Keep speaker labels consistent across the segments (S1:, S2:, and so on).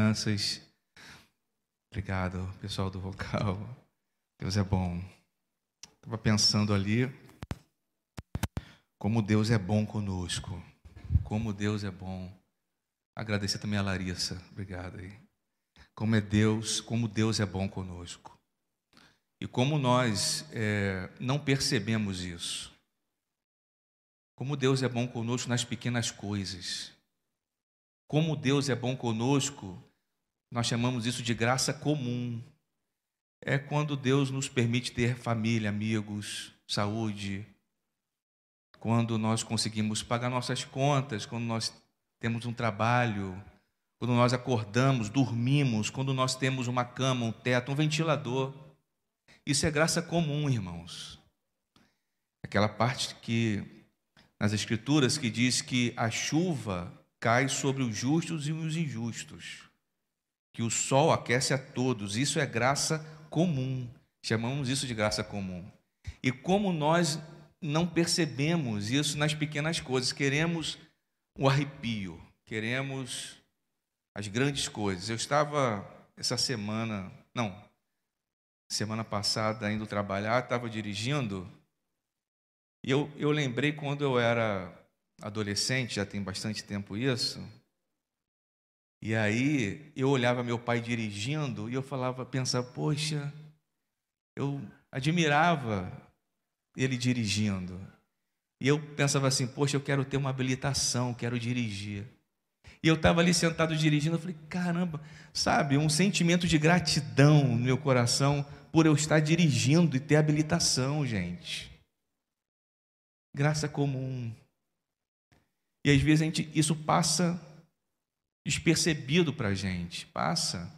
S1: crianças. Obrigado, pessoal do vocal. Deus é bom. Estava pensando ali como Deus é bom conosco. Como Deus é bom. Agradecer também a Larissa. Obrigado aí. Como Deus é bom conosco. E como nós não percebemos isso. Como Deus é bom conosco nas pequenas coisas. Como Deus é bom conosco, nós chamamos isso de graça comum. É quando Deus nos permite ter família, amigos, saúde. Quando nós conseguimos pagar nossas contas, quando nós temos um trabalho, quando nós acordamos, dormimos, quando nós temos uma cama, um teto, um ventilador. Isso é graça comum, irmãos. Aquela parte que, nas Escrituras, que diz que a chuva cai sobre os justos e os injustos, que o sol aquece a todos. Isso é graça comum. Chamamos isso de graça comum. E como nós não percebemos isso nas pequenas coisas, queremos o arrepio, queremos as grandes coisas. Eu estava semana passada indo trabalhar, estava dirigindo, e eu lembrei quando eu era adolescente, já tem bastante tempo isso, e aí eu olhava meu pai dirigindo e eu pensava, poxa, eu admirava ele dirigindo. E eu pensava assim, poxa, eu quero ter uma habilitação, quero dirigir. E eu estava ali sentado dirigindo, eu falei, caramba, sabe, um sentimento de gratidão no meu coração por eu estar dirigindo e ter habilitação, gente. Graça comum. E às vezes isso passa despercebido para a gente, passa.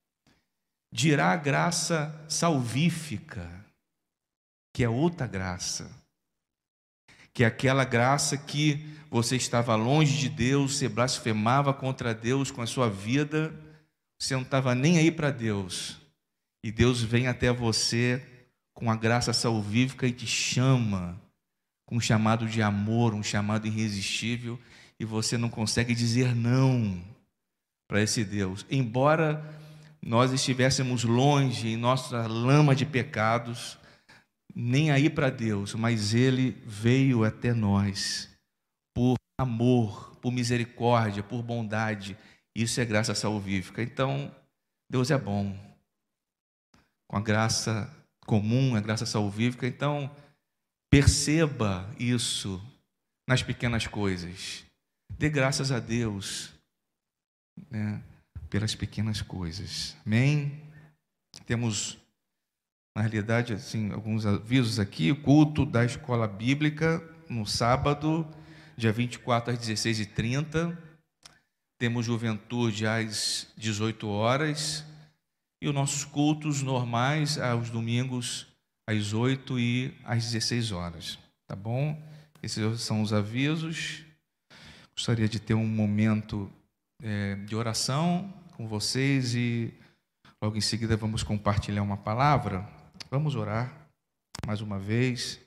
S1: Dirá a graça salvífica, que é outra graça, que é aquela graça que você estava longe de Deus, você blasfemava contra Deus com a sua vida, você não estava nem aí para Deus, e Deus vem até você com a graça salvífica e te chama, com um chamado de amor, um chamado irresistível, e você não consegue dizer não para esse Deus, embora nós estivéssemos longe em nossa lama de pecados, nem aí para Deus, mas Ele veio até nós por amor, por misericórdia, por bondade. Isso é graça salvífica. Então, Deus é bom. Com a graça comum, a graça salvífica. Então, perceba isso nas pequenas coisas. Dê graças a Deus, né, pelas pequenas coisas. Amém? Temos, na realidade, assim, alguns avisos aqui. O culto da escola bíblica no sábado, dia 24 às 16h30. Temos juventude às 18 horas. E os nossos cultos normais aos domingos às 8 e às 16 horas. Tá bom? Esses são os avisos. Gostaria de ter um momento de oração com vocês e logo em seguida vamos compartilhar uma palavra. Vamos orar mais uma vez.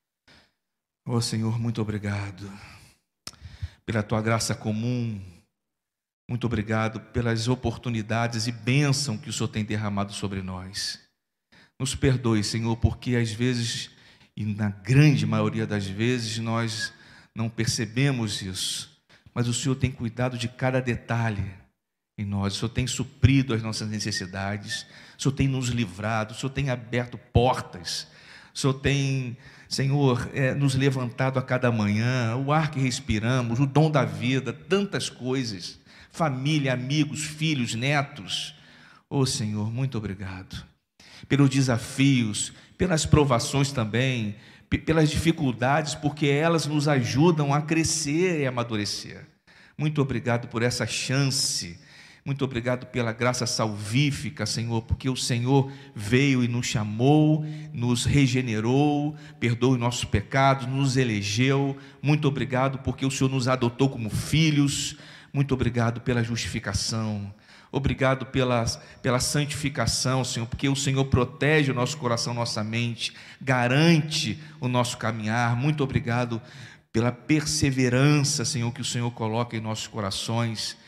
S1: Ó Senhor, muito obrigado pela Tua graça comum. Muito obrigado pelas oportunidades e bênção que o Senhor tem derramado sobre nós. Nos perdoe, Senhor, porque às vezes, e na grande maioria das vezes, nós não percebemos isso. Mas o Senhor tem cuidado de cada detalhe em nós. O Senhor tem suprido as nossas necessidades. O Senhor tem nos livrado. O Senhor tem aberto portas. O Senhor tem, Senhor, nos levantado a cada manhã. O ar que respiramos, o dom da vida, tantas coisas. Família, amigos, filhos, netos. Oh, Senhor, muito obrigado. Pelos desafios, pelas provações também, pelas dificuldades, porque elas nos ajudam a crescer e amadurecer. Muito obrigado por essa chance. Muito obrigado pela graça salvífica, Senhor, porque o Senhor veio e nos chamou, nos regenerou, perdoou os nossos pecados, nos elegeu. Muito obrigado porque o Senhor nos adotou como filhos. Muito obrigado pela justificação. Obrigado pela santificação, Senhor, porque o Senhor protege o nosso coração, nossa mente, garante o nosso caminhar. Muito obrigado pela perseverança, Senhor, que o Senhor coloca em nossos corações.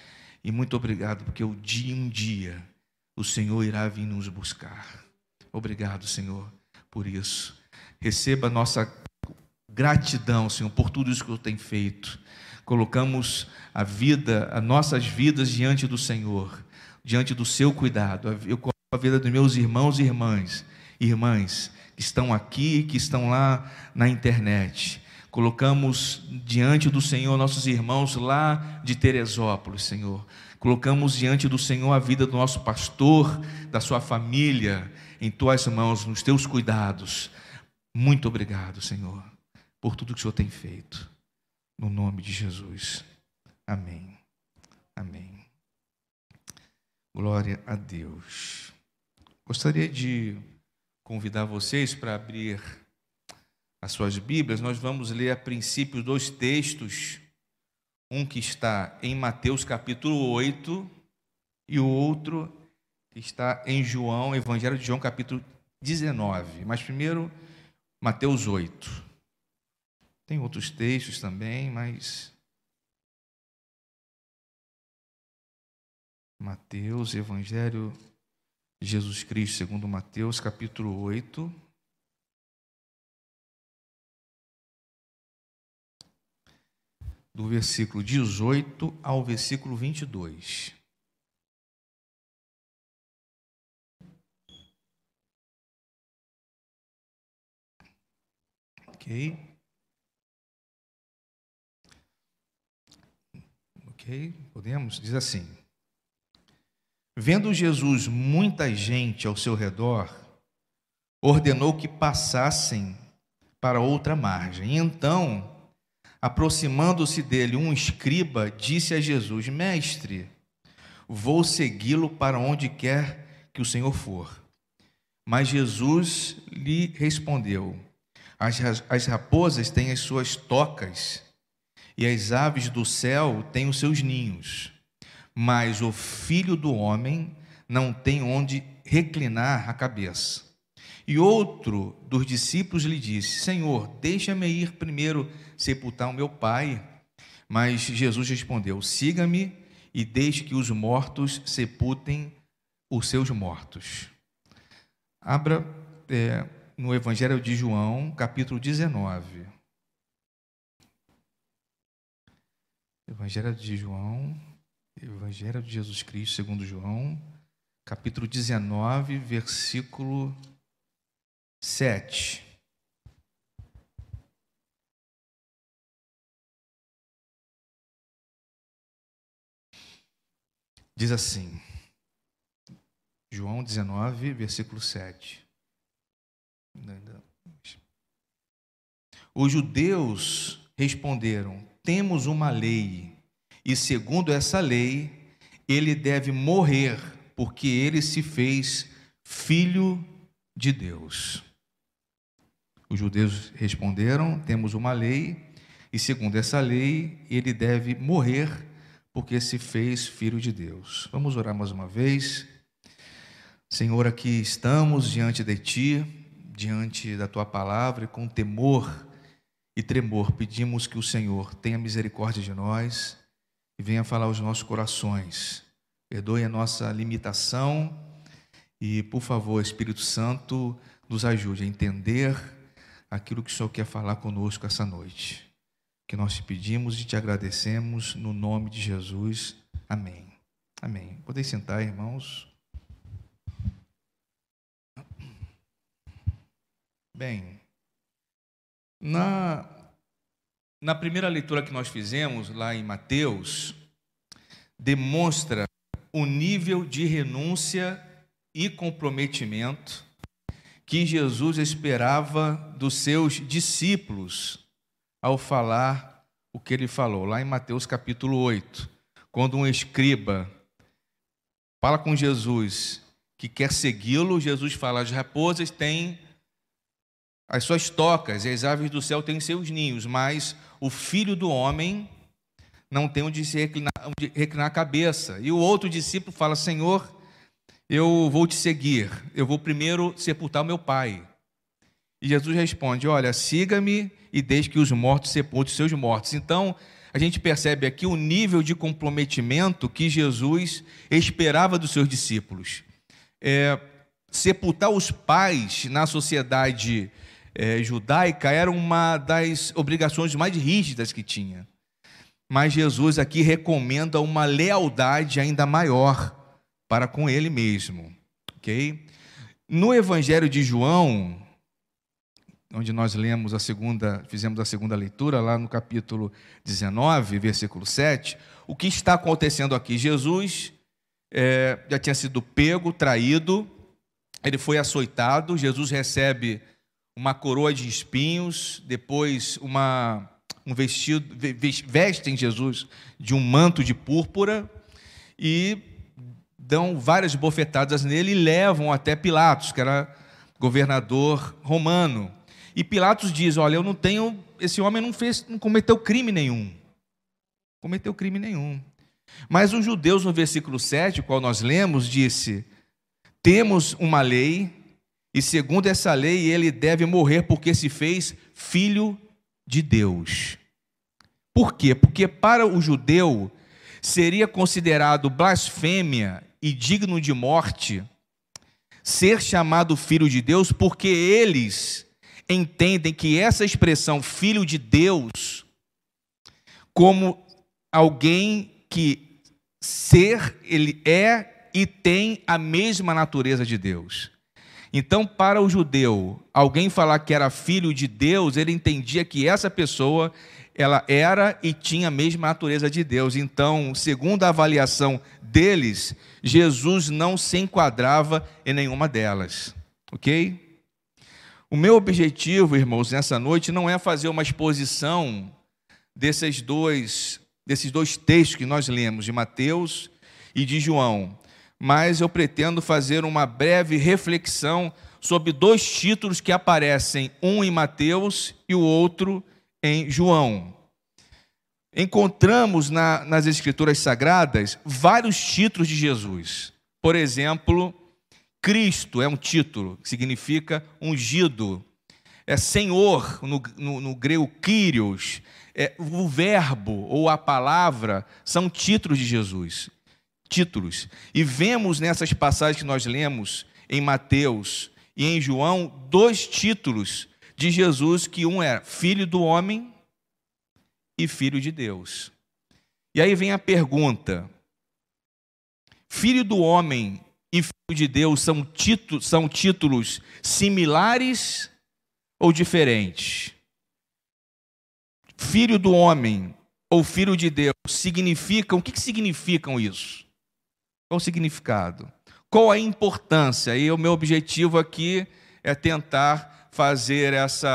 S1: E muito obrigado, porque um dia o Senhor irá vir nos buscar. Obrigado, Senhor, por isso. Receba a nossa gratidão, Senhor, por tudo isso que o Senhor tem feito. Colocamos as nossas vidas diante do Senhor, diante do seu cuidado. Eu coloco a vida dos meus irmãos e irmãs que estão aqui, que estão lá na internet. Colocamos diante do Senhor nossos irmãos lá de Teresópolis, Senhor. Colocamos diante do Senhor a vida do nosso pastor, da sua família, em tuas mãos, nos teus cuidados. Muito obrigado, Senhor, por tudo que o Senhor tem feito. No nome de Jesus. Amém. Amém. Glória a Deus. Gostaria de convidar vocês para abrir as suas Bíblias. Nós vamos ler a princípio 2 textos. Um que está em Mateus capítulo 8 e o outro que está em João, Evangelho de João capítulo 19. Mas primeiro, Mateus 8. Tem outros textos também, mas Mateus, Evangelho de Jesus Cristo segundo Mateus capítulo 8. Do versículo 18 ao versículo 22. Ok, podemos? Diz assim: Vendo Jesus muita gente ao seu redor, ordenou que passassem para outra margem. Então, aproximando-se dele um escriba, disse a Jesus: Mestre, vou segui-lo para onde quer que o Senhor for. Mas Jesus lhe respondeu: As raposas têm as suas tocas, e as aves do céu têm os seus ninhos, mas o Filho do Homem não tem onde reclinar a cabeça. E outro dos discípulos lhe disse: Senhor, deixa-me ir primeiro sepultar o meu pai. Mas Jesus respondeu: Siga-me e deixe que os mortos sepultem os seus mortos. Abra no Evangelho de João, capítulo 19. Evangelho de João, Evangelho de Jesus Cristo segundo João, capítulo 19, versículo 7. Diz assim, João 19, versículo 7. Os judeus responderam: Temos uma lei, e segundo essa lei, ele deve morrer, porque ele se fez filho de Deus. Os judeus responderam: Temos uma lei, e segundo essa lei, ele deve morrer, porque se fez filho de Deus. Vamos orar mais uma vez. Senhor, aqui estamos diante de Ti, diante da Tua palavra, e com temor e tremor pedimos que o Senhor tenha misericórdia de nós e venha falar aos nossos corações. Perdoe a nossa limitação e, por favor, Espírito Santo, nos ajude a entender aquilo que o Senhor quer falar conosco essa noite. Que nós te pedimos e te agradecemos no nome de Jesus. Amém. Amém. Podem sentar, irmãos. Bem, na primeira leitura que nós fizemos lá em Mateus, demonstra o nível de renúncia e comprometimento que Jesus esperava dos seus discípulos ao falar o que ele falou, lá em Mateus capítulo 8, quando um escriba fala com Jesus que quer segui-lo, Jesus fala: as raposas têm as suas tocas, e as aves do céu têm seus ninhos, mas o Filho do Homem não tem onde reclinar a cabeça. E o outro discípulo fala: Senhor, eu vou te seguir, eu vou primeiro sepultar o meu pai. E Jesus responde: olha, siga-me e deixe que os mortos sepultem os seus mortos. Então, a gente percebe aqui o nível de comprometimento que Jesus esperava dos seus discípulos. Sepultar os pais na sociedade judaica era uma das obrigações mais rígidas que tinha. Mas Jesus aqui recomenda uma lealdade ainda maior para com ele mesmo. Ok? No Evangelho de João, onde nós fizemos a segunda leitura, lá no capítulo 19, versículo 7, o que está acontecendo aqui? Jesus já tinha sido pego, traído, ele foi açoitado, Jesus recebe uma coroa de espinhos, depois vestem Jesus de um manto de púrpura e dão várias bofetadas nele e levam até Pilatos, que era governador romano. E Pilatos diz: olha, esse homem não cometeu crime nenhum. Cometeu crime nenhum. Mas os judeus, no versículo 7, o qual nós lemos, disse: temos uma lei, e segundo essa lei ele deve morrer porque se fez filho de Deus. Por quê? Porque para o judeu seria considerado blasfêmia e digno de morte ser chamado filho de Deus, porque eles entendem que essa expressão filho de Deus como alguém que ele é e tem a mesma natureza de Deus. Então, para o judeu, alguém falar que era filho de Deus, ele entendia que essa pessoa, ela era e tinha a mesma natureza de Deus. Então, segundo a avaliação deles, Jesus não se enquadrava em nenhuma delas. Ok? O meu objetivo, irmãos, nessa noite não é fazer uma exposição desses dois textos que nós lemos, de Mateus e de João, mas eu pretendo fazer uma breve reflexão sobre dois títulos que aparecem, um em Mateus e o outro em João. Encontramos nas Escrituras Sagradas vários títulos de Jesus. Por exemplo, Cristo é um título que significa ungido. Senhor, no grego, Kyrios. O verbo ou a palavra são títulos de Jesus. Títulos. E vemos nessas passagens que nós lemos em Mateus e em João, dois títulos de Jesus, que um é Filho do Homem e Filho de Deus. E aí vem a pergunta: Filho do Homem e Filho de Deus são títulos similares ou diferentes? Filho do homem ou Filho de Deus significam, o que significam isso? Qual o significado? Qual a importância? E o meu objetivo aqui é tentar fazer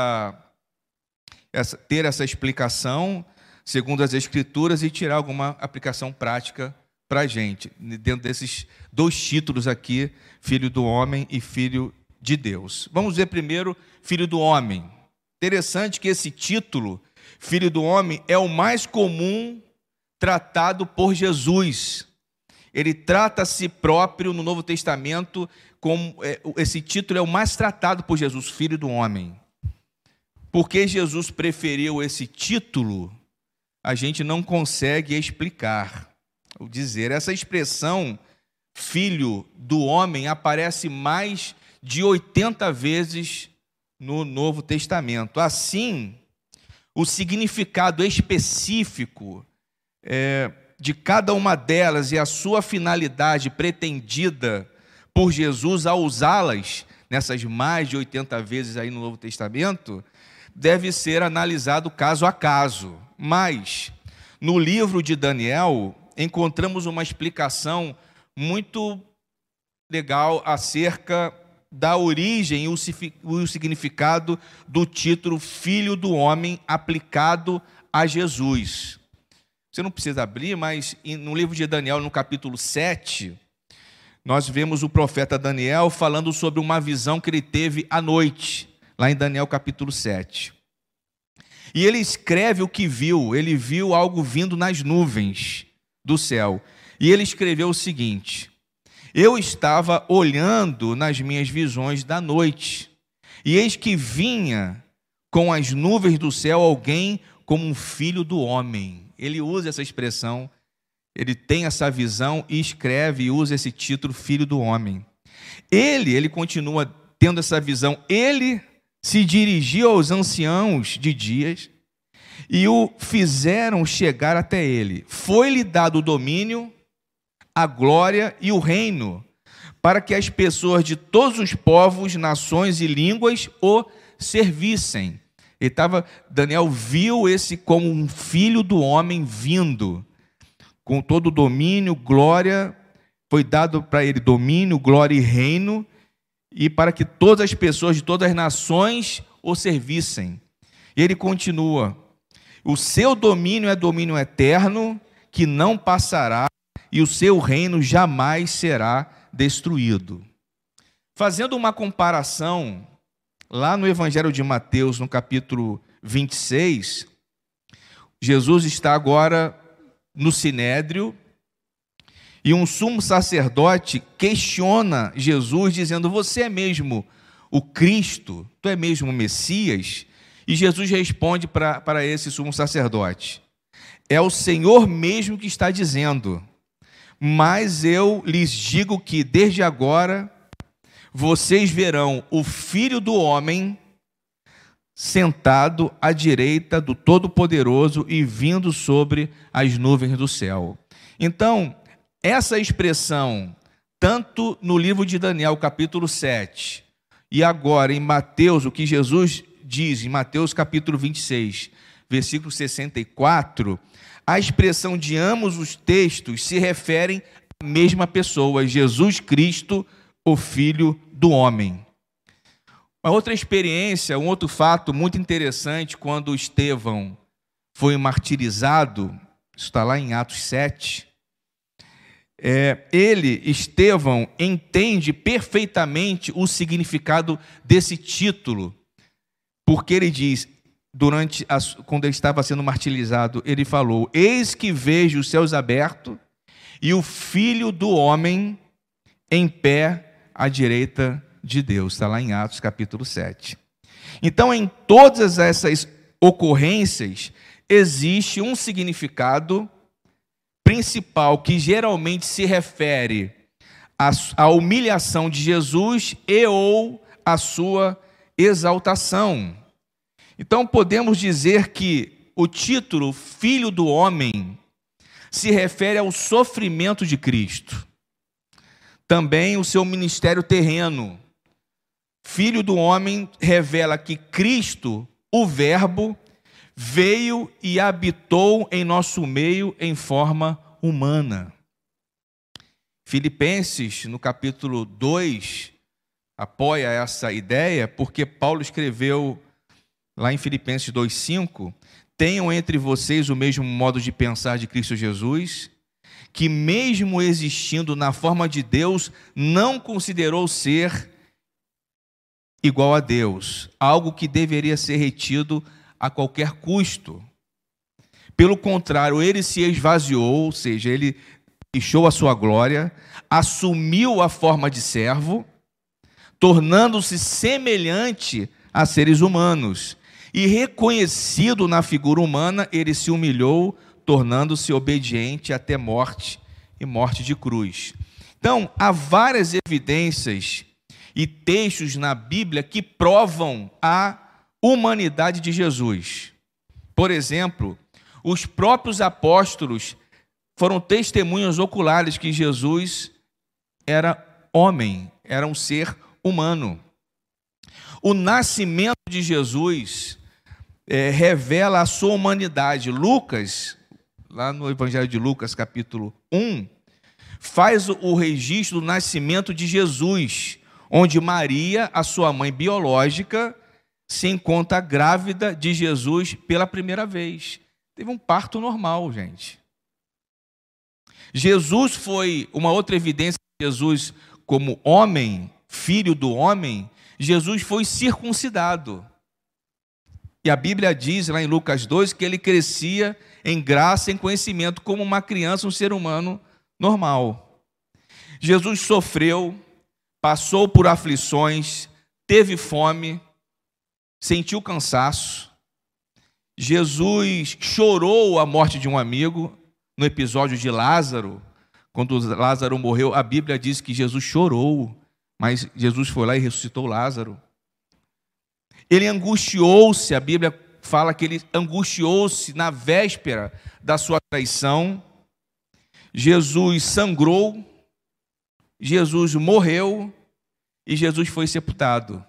S1: ter essa explicação segundo as Escrituras e tirar alguma aplicação prática para a gente, dentro desses dois títulos aqui, Filho do Homem e Filho de Deus. Vamos ver primeiro Filho do Homem. Interessante que esse título, Filho do Homem, é o mais comum tratado por Jesus. Ele trata a si próprio no Novo Testamento como esse título é o mais tratado por Jesus, Filho do Homem. Por que Jesus preferiu esse título? A gente não consegue explicar. Ou dizer, essa expressão Filho do Homem aparece mais de 80 vezes no Novo Testamento. Assim, o significado específico de cada uma delas e a sua finalidade pretendida por Jesus ao usá-las, nessas mais de 80 vezes aí no Novo Testamento, deve ser analisado caso a caso. Mas, no livro de Daniel, encontramos uma explicação muito legal acerca da origem e o significado do título Filho do Homem aplicado a Jesus. Você não precisa abrir, mas no livro de Daniel, no capítulo 7, nós vemos o profeta Daniel falando sobre uma visão que ele teve à noite, lá em Daniel capítulo 7. E ele escreve o que viu, ele viu algo vindo nas nuvens do céu. E ele escreveu o seguinte: eu estava olhando nas minhas visões da noite, e eis que vinha com as nuvens do céu alguém como um filho do homem. ele usa essa expressão, ele tem essa visão e escreve e usa esse título, Filho do Homem. Ele continua tendo essa visão, ele se dirigiu aos anciãos de dias e o fizeram chegar até ele. Foi-lhe dado o domínio, a glória e o reino, para que as pessoas de todos os povos, nações e línguas o servissem. Daniel viu esse como um filho do homem vindo, com todo o domínio, glória, foi dado para ele domínio, glória e reino, e para que todas as pessoas de todas as nações o servissem. E ele continua, o seu domínio é domínio eterno, que não passará, e o seu reino jamais será destruído. Fazendo uma comparação, lá no Evangelho de Mateus, no capítulo 26, Jesus está agora no Sinédrio, e um sumo sacerdote questiona Jesus, dizendo, você é mesmo o Cristo? Tu é mesmo o Messias? E Jesus responde para esse sumo sacerdote, é o Senhor mesmo que está dizendo, mas eu lhes digo que desde agora vocês verão o Filho do Homem sentado à direita do Todo-Poderoso e vindo sobre as nuvens do céu. Então, essa expressão, tanto no livro de Daniel, capítulo 7, e agora em Mateus, o que Jesus diz, em Mateus capítulo 26, versículo 64, a expressão de ambos os textos se referem à mesma pessoa, Jesus Cristo, o Filho do Homem. Uma outra experiência, um outro fato muito interessante, quando Estevão foi martirizado, isso está lá em Atos 7, Estevão, entende perfeitamente o significado desse título, porque ele diz, quando ele estava sendo martirizado, ele falou, eis que vejo os céus abertos e o Filho do Homem em pé à direita de Deus. Está lá em Atos capítulo 7. Então, em todas essas ocorrências, existe um significado principal que geralmente se refere à humilhação de Jesus e ou à sua exaltação. Então, podemos dizer que o título Filho do Homem se refere ao sofrimento de Cristo. Também o seu ministério terreno. Filho do Homem revela que Cristo, o Verbo, veio e habitou em nosso meio em forma humana. Filipenses, no capítulo 2, apoia essa ideia, porque Paulo escreveu lá em Filipenses 2,5, tenham entre vocês o mesmo modo de pensar de Cristo Jesus, que mesmo existindo na forma de Deus, não considerou ser igual a Deus, algo que deveria ser retido a qualquer custo. Pelo contrário, ele se esvaziou, ou seja, ele deixou a sua glória, assumiu a forma de servo, tornando-se semelhante a seres humanos. E reconhecido na figura humana, ele se humilhou, tornando-se obediente até morte e morte de cruz. Então, há várias evidências e textos na Bíblia que provam a humanidade de Jesus. Por exemplo, os próprios apóstolos foram testemunhas oculares que Jesus era homem, era um ser humano. O nascimento de Jesus revela a sua humanidade. Lucas, lá no Evangelho de Lucas, capítulo 1, faz o registro do nascimento de Jesus, onde Maria, a sua mãe biológica, se encontra grávida de Jesus pela primeira vez. Teve um parto normal, gente. Jesus foi uma outra evidência de Jesus como homem, filho do homem. Jesus foi circuncidado. E a Bíblia diz lá em Lucas 2 que ele crescia em graça, em conhecimento, como uma criança, um ser humano normal. Jesus sofreu, passou por aflições, teve fome, sentiu cansaço. Jesus chorou a morte de um amigo. No episódio de Lázaro, quando Lázaro morreu, a Bíblia diz que Jesus chorou, mas Jesus foi lá e ressuscitou Lázaro. Ele angustiou-se, a Bíblia fala que ele angustiou-se na véspera da sua traição. Jesus sangrou, Jesus morreu e Jesus foi sepultado.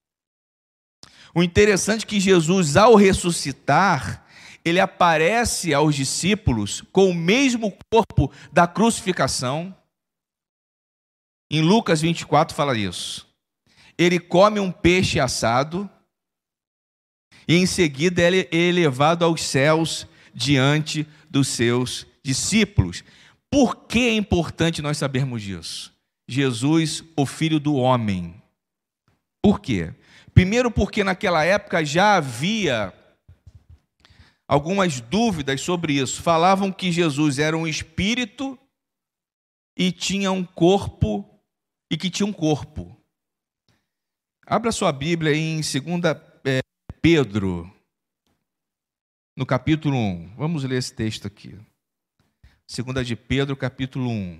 S1: O interessante é que Jesus, ao ressuscitar, ele aparece aos discípulos com o mesmo corpo da crucificação. Em Lucas 24 fala isso. Ele come um peixe assado e em seguida ele é levado aos céus diante dos seus discípulos. Por que é importante nós sabermos disso? Jesus, o Filho do Homem. Por quê? Primeiro porque naquela época já havia algumas dúvidas sobre isso. Falavam que Jesus era um espírito e tinha um corpo, e que tinha um corpo. Abra sua Bíblia em 2 Pedro, no capítulo 1. Vamos ler esse texto aqui. 2 de Pedro, capítulo 1.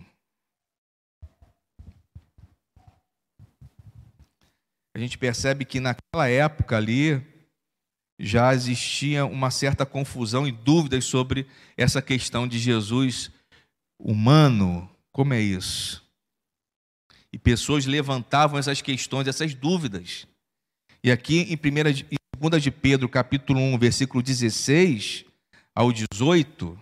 S1: A gente percebe que naquela época ali, já existia uma certa confusão e dúvidas sobre essa questão de Jesus humano. Como é isso? E pessoas levantavam essas questões, essas dúvidas. E aqui em 2 de Pedro, capítulo 1, versículo 16 ao 18,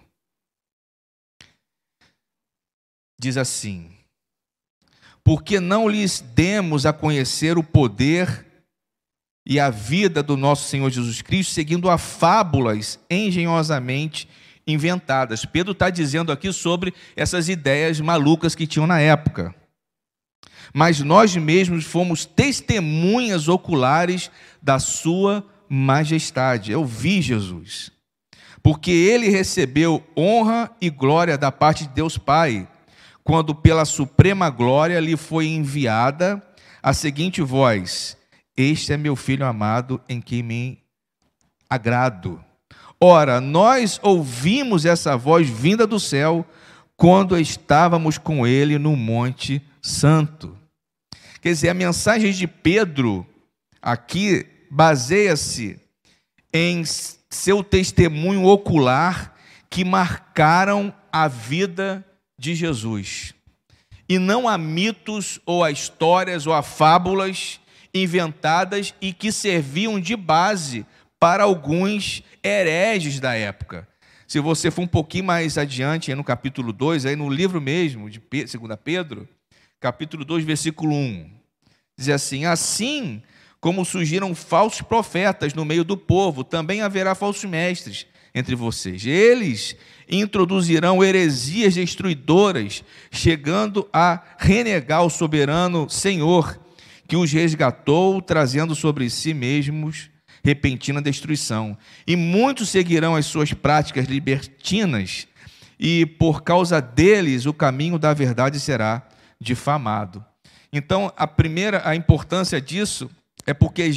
S1: diz assim: porque não lhes demos a conhecer o poder e a vida do nosso Senhor Jesus Cristo, seguindo a fábulas engenhosamente inventadas. Pedro está dizendo aqui sobre essas ideias malucas que tinham na época. Mas nós mesmos fomos testemunhas oculares da sua majestade. Eu vi Jesus. Porque ele recebeu honra e glória da parte de Deus Pai, quando pela suprema glória lhe foi enviada a seguinte voz: este é meu filho amado, em quem me agrado. Ora, nós ouvimos essa voz vinda do céu quando estávamos com ele no Monte Santo. Quer dizer, a mensagem de Pedro aqui baseia-se em seu testemunho ocular que marcaram a vida de Jesus. E não há mitos ou há histórias ou há fábulas inventadas e que serviam de base para alguns hereges da época. Se você for um pouquinho mais adiante, aí no capítulo 2, aí no livro mesmo de 2 Pedro, capítulo 2, versículo 1, diz assim: assim como surgiram falsos profetas no meio do povo, também haverá falsos mestres entre vocês. Eles introduzirão heresias destruidoras, chegando a renegar o soberano Senhor, que os resgatou, trazendo sobre si mesmos repentina destruição. E muitos seguirão as suas práticas libertinas, e por causa deles o caminho da verdade será difamado. Então, a importância disso é porque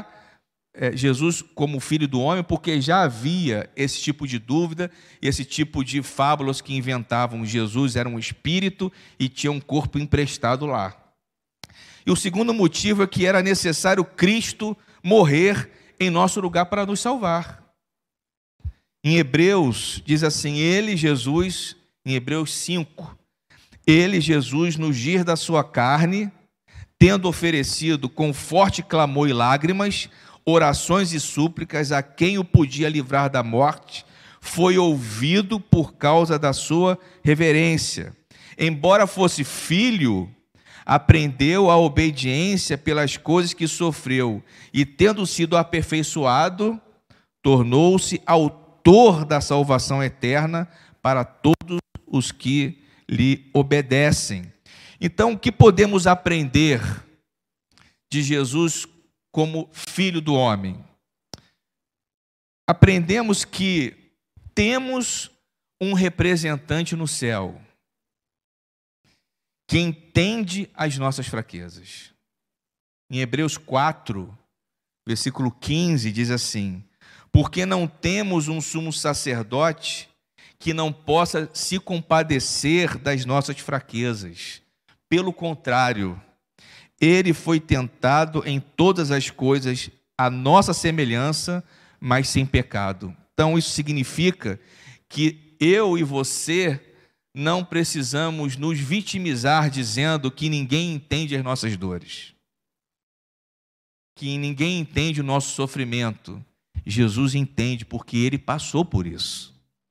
S1: Jesus, como filho do homem, porque já havia esse tipo de dúvida, esse tipo de fábulas que inventavam. Jesus era um espírito e tinha um corpo emprestado lá. E o segundo motivo é que era necessário Cristo morrer em nosso lugar para nos salvar. Em Hebreus, diz assim, em Hebreus 5, ele, Jesus, nos dias da sua carne, tendo oferecido com forte clamor e lágrimas, orações e súplicas a quem o podia livrar da morte, foi ouvido por causa da sua reverência. Embora fosse filho, aprendeu a obediência pelas coisas que sofreu, e tendo sido aperfeiçoado, tornou-se autor da salvação eterna para todos os que lhe obedecem. Então, o que podemos aprender de Jesus como filho do homem? Aprendemos que temos um representante no céu que entende as nossas fraquezas. Em Hebreus 4, versículo 15, diz assim: porque não temos um sumo sacerdote que não possa se compadecer das nossas fraquezas. Pelo contrário, ele foi tentado em todas as coisas à nossa semelhança, mas sem pecado. Então, isso significa que eu e você não precisamos nos vitimizar dizendo que ninguém entende as nossas dores, que ninguém entende o nosso sofrimento. Jesus entende, porque ele passou por isso.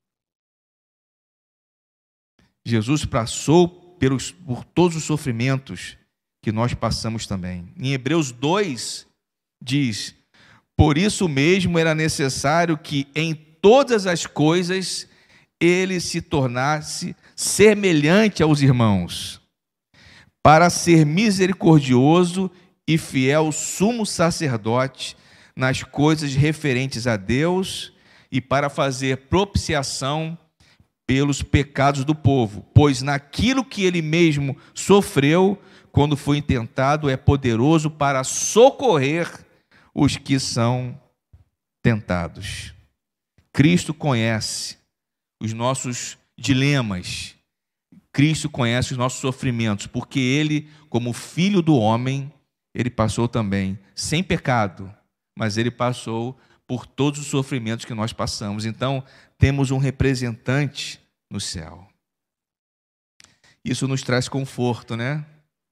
S1: Jesus passou por todos os sofrimentos que nós passamos também. Em Hebreus 2 diz: por isso mesmo era necessário que em todas as coisas ele se tornasse semelhante aos irmãos, para ser misericordioso e fiel sumo sacerdote nas coisas referentes a Deus e para fazer propiciação pelos pecados do povo, pois naquilo que ele mesmo sofreu, quando foi tentado, é poderoso para socorrer os que são tentados. Cristo conhece os nossos dilemas, Cristo conhece os nossos sofrimentos, porque ele, como filho do homem, ele passou também sem pecado, mas ele passou por todos os sofrimentos que nós passamos. Então, temos um representante no céu. Isso nos traz conforto, né?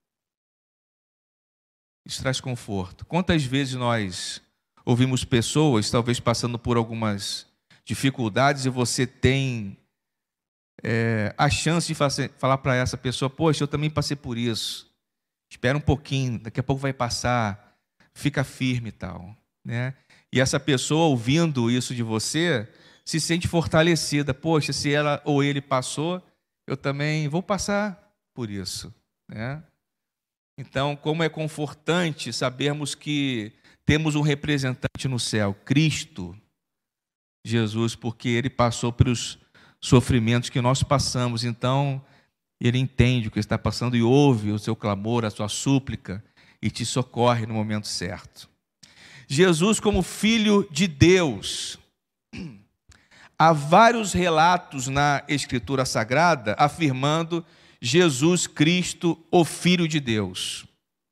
S1: Isso traz conforto. Quantas vezes nós ouvimos pessoas, talvez passando por algumas dificuldades, e você tem a chance de falar para essa pessoa: poxa, eu também passei por isso. Espera um pouquinho, daqui a pouco vai passar. Fica firme e tal, né? E essa pessoa, ouvindo isso de você, se sente fortalecida. Poxa, se ela ou ele passou, eu também vou passar por isso, né? Então, como é confortante sabermos que temos um representante no céu, Cristo Jesus, porque ele passou pelos sofrimentos que nós passamos. Então, ele entende o que está passando e ouve o seu clamor, a sua súplica, e te socorre no momento certo. Jesus como Filho de Deus. Há vários relatos na Escritura Sagrada afirmando Jesus Cristo, o Filho de Deus.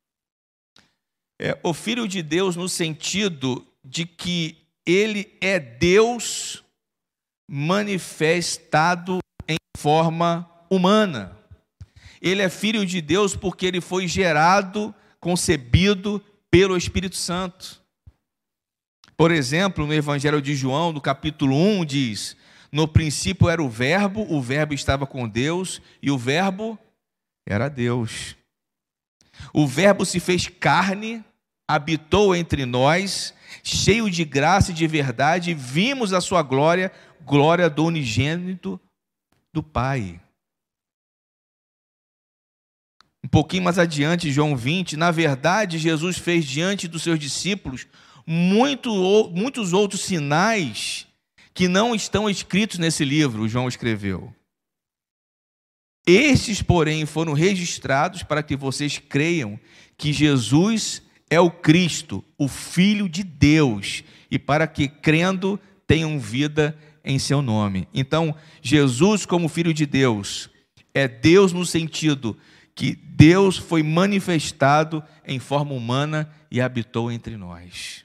S1: O Filho de Deus no sentido de que ele é Deus manifestado em forma humana. Ele é Filho de Deus porque ele foi gerado, concebido pelo Espírito Santo. Por exemplo, no Evangelho de João, no capítulo 1, diz: no princípio era o Verbo estava com Deus, e o Verbo era Deus. O Verbo se fez carne, habitou entre nós, cheio de graça e de verdade, e vimos a sua glória, glória do unigênito do Pai. Um pouquinho mais adiante, João 20, na verdade, Jesus fez diante dos seus discípulos muitos outros sinais que não estão escritos nesse livro, João escreveu. Estes, porém, foram registrados para que vocês creiam que Jesus é o Cristo, o Filho de Deus, e para que, crendo, tenham vida em seu nome. Então, Jesus, como Filho de Deus, é Deus no sentido que Deus foi manifestado em forma humana e habitou entre nós.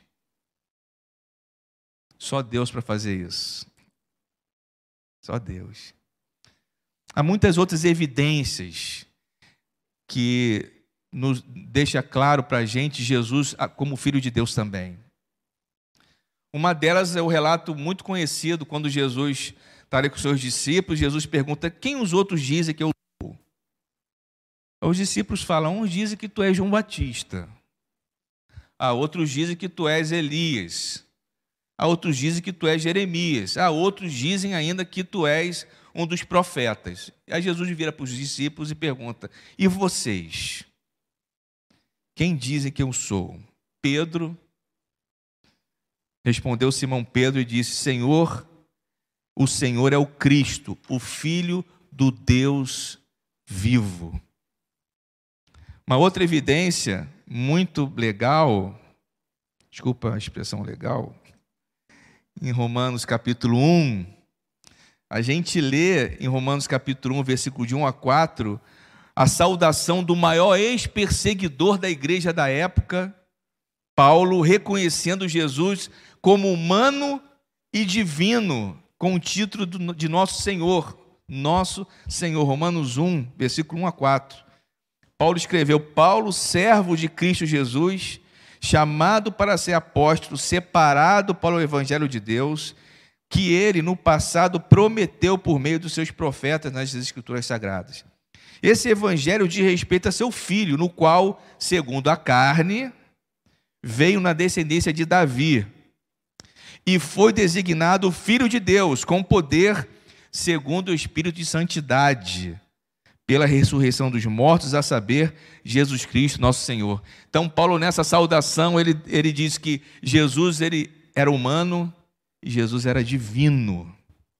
S1: Só Deus para fazer isso. Só Deus. Há muitas outras evidências que nos deixa claro para a gente Jesus como Filho de Deus também. Uma delas é o relato muito conhecido, quando Jesus está ali com os seus discípulos, Jesus pergunta: quem os outros dizem que eu sou? Os discípulos falam: uns dizem que tu és João Batista, outros dizem que tu és Elias, outros dizem que tu és Jeremias, outros dizem ainda que tu és um dos profetas. Aí Jesus vira para os discípulos e pergunta: e vocês? Quem dizem que eu sou? Pedro respondeu Simão Pedro e disse: Senhor, o Senhor é o Cristo, o Filho do Deus vivo. Uma outra evidência muito legal, desculpa a expressão legal, em Romanos capítulo 1, a gente lê em Romanos capítulo 1, versículo de 1 a 4, a saudação do maior ex-perseguidor da igreja da época, Paulo, reconhecendo Jesus como humano e divino, com o título de nosso Senhor, Romanos 1, versículo 1 a 4. Paulo escreveu: Paulo, servo de Cristo Jesus, chamado para ser apóstolo, separado para o evangelho de Deus, que ele no passado prometeu por meio dos seus profetas nas escrituras sagradas. Esse evangelho diz respeito a seu filho, no qual, segundo a carne, veio na descendência de Davi e foi designado Filho de Deus, com poder segundo o Espírito de santidade, pela ressurreição dos mortos, a saber, Jesus Cristo, nosso Senhor. Então, Paulo, nessa saudação, ele diz que Jesus ele era humano e Jesus era divino.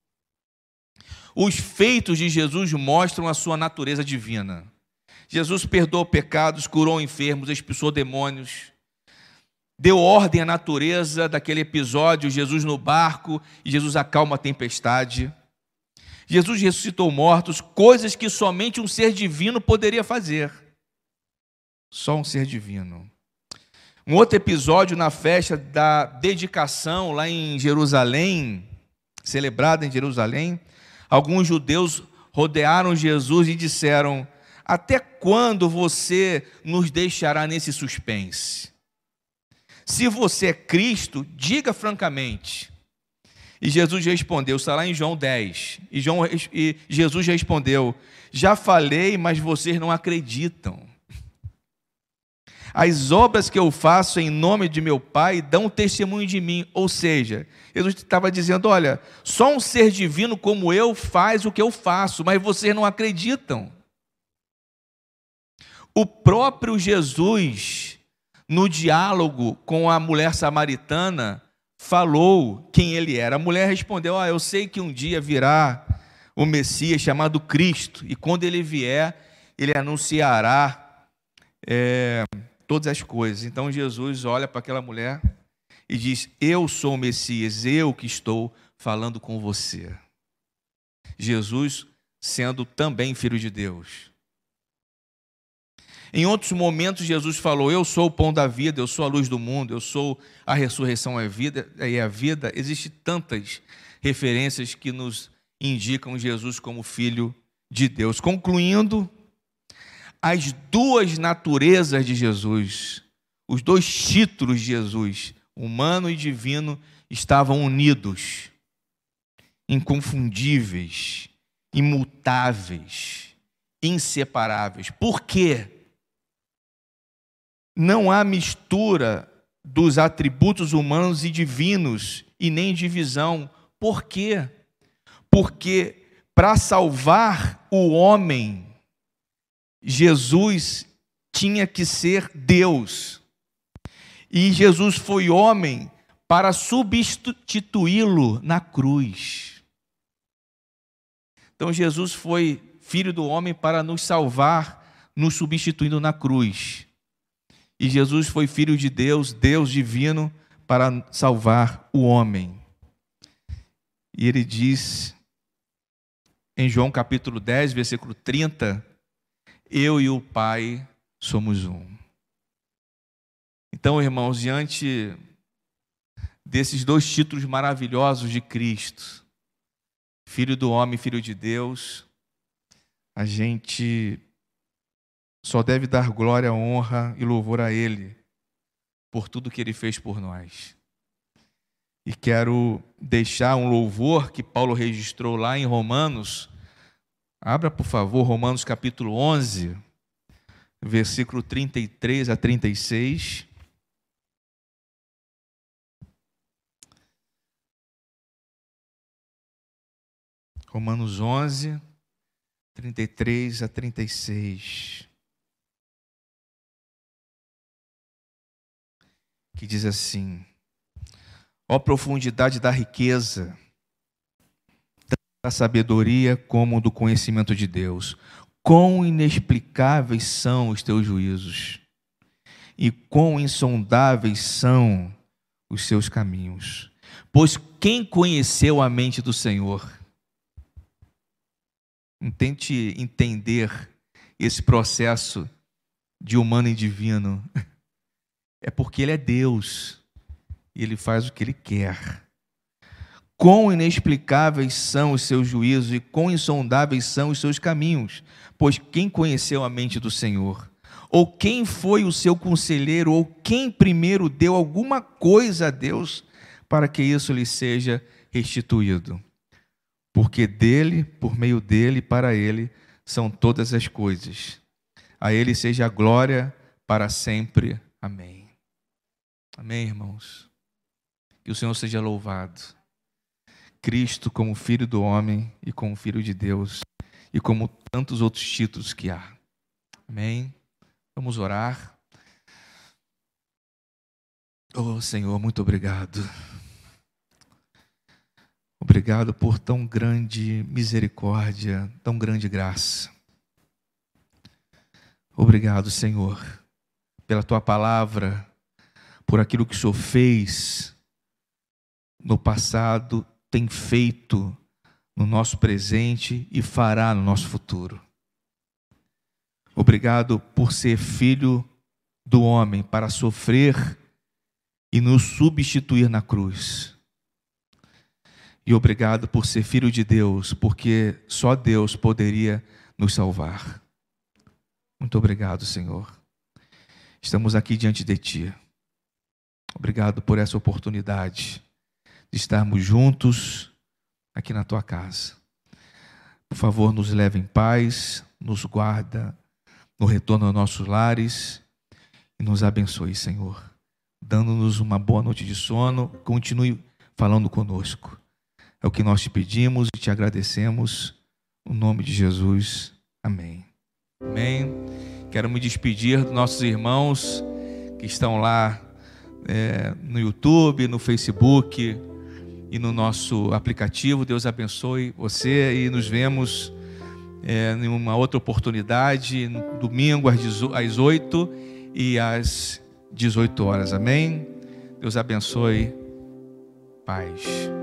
S1: Os feitos de Jesus mostram a sua natureza divina. Jesus perdoou pecados, curou enfermos, expulsou demônios, deu ordem à natureza daquele episódio, Jesus no barco, e Jesus acalma a tempestade. Jesus ressuscitou mortos, coisas que somente um ser divino poderia fazer. Só um ser divino. Um outro episódio na festa da dedicação, lá em Jerusalém, celebrada em Jerusalém, alguns judeus rodearam Jesus e disseram: até quando você nos deixará nesse suspense? Se você é Cristo, diga francamente. E Jesus respondeu, está lá em João 10, e Jesus respondeu: já falei, mas vocês não acreditam. As obras que eu faço em nome de meu Pai dão testemunho de mim. Ou seja, Jesus estava dizendo: olha, só um ser divino como eu faz o que eu faço, mas vocês não acreditam. O próprio Jesus, no diálogo com a mulher samaritana, falou quem ele era. A mulher respondeu: eu sei que um dia virá o Messias chamado Cristo, e quando ele vier, ele anunciará todas as coisas. Então Jesus olha para aquela mulher e diz: eu sou o Messias, eu que estou falando com você. Jesus sendo também Filho de Deus. Em outros momentos Jesus falou: eu sou o pão da vida, eu sou a luz do mundo, eu sou a ressurreição e a vida. Existem tantas referências que nos indicam Jesus como Filho de Deus. Concluindo, as duas naturezas de Jesus, os dois títulos de Jesus, humano e divino, estavam unidos, inconfundíveis, imutáveis, inseparáveis. Por quê? Não há mistura dos atributos humanos e divinos e nem divisão. Por quê? Porque para salvar o homem, Jesus tinha que ser Deus. E Jesus foi homem para substituí-lo na cruz. Então Jesus foi filho do homem para nos salvar, nos substituindo na cruz. E Jesus foi filho de Deus, Deus divino, para salvar o homem. E ele diz em João capítulo 10, versículo 30, eu e o Pai somos um. Então, irmãos, diante desses dois títulos maravilhosos de Cristo, Filho do homem, Filho de Deus, a gente só deve dar glória, honra e louvor a Ele por tudo que Ele fez por nós. E quero deixar um louvor que Paulo registrou lá em Romanos. Abra, por favor, Romanos capítulo 11, versículo 33 a 36. Romanos 11, 33 a 36. Que diz assim: ó profundidade da riqueza, da sabedoria como do conhecimento de Deus, quão inexplicáveis são os teus juízos, e quão insondáveis são os seus caminhos. Pois quem conheceu a mente do Senhor? Tente entender esse processo de humano e divino. É porque Ele é Deus e Ele faz o que Ele quer. Quão inexplicáveis são os seus juízos e quão insondáveis são os seus caminhos. Pois quem conheceu a mente do Senhor? Ou quem foi o seu conselheiro? Ou quem primeiro deu alguma coisa a Deus para que isso lhe seja restituído? Porque dele, por meio dele, para ele, são todas as coisas. A ele seja a glória para sempre. Amém. Amém, irmãos? Que o Senhor seja louvado. Cristo como Filho do homem e como Filho de Deus e como tantos outros títulos que há. Amém? Vamos orar. Oh, Senhor, muito obrigado. Obrigado por tão grande misericórdia, tão grande graça. Obrigado, Senhor, pela Tua palavra, por aquilo que o Senhor fez no passado, tem feito no nosso presente e fará no nosso futuro. Obrigado por ser filho do homem para sofrer e nos substituir na cruz. E obrigado por ser filho de Deus, porque só Deus poderia nos salvar. Muito obrigado, Senhor. Estamos aqui diante de Ti. Obrigado por essa oportunidade de estarmos juntos aqui na Tua casa. Por favor, nos leve em paz, nos guarda no retorno aos nossos lares e nos abençoe, Senhor. Dando-nos uma boa noite de sono, continue falando conosco. É o que nós te pedimos e te agradecemos. No nome de Jesus. Amém. Amém. Quero me despedir dos nossos irmãos que estão lá no YouTube, no Facebook e no nosso aplicativo. Deus abençoe você e nos vemos em uma outra oportunidade, no domingo às 8 e às 18 horas. Amém? Deus abençoe. Paz.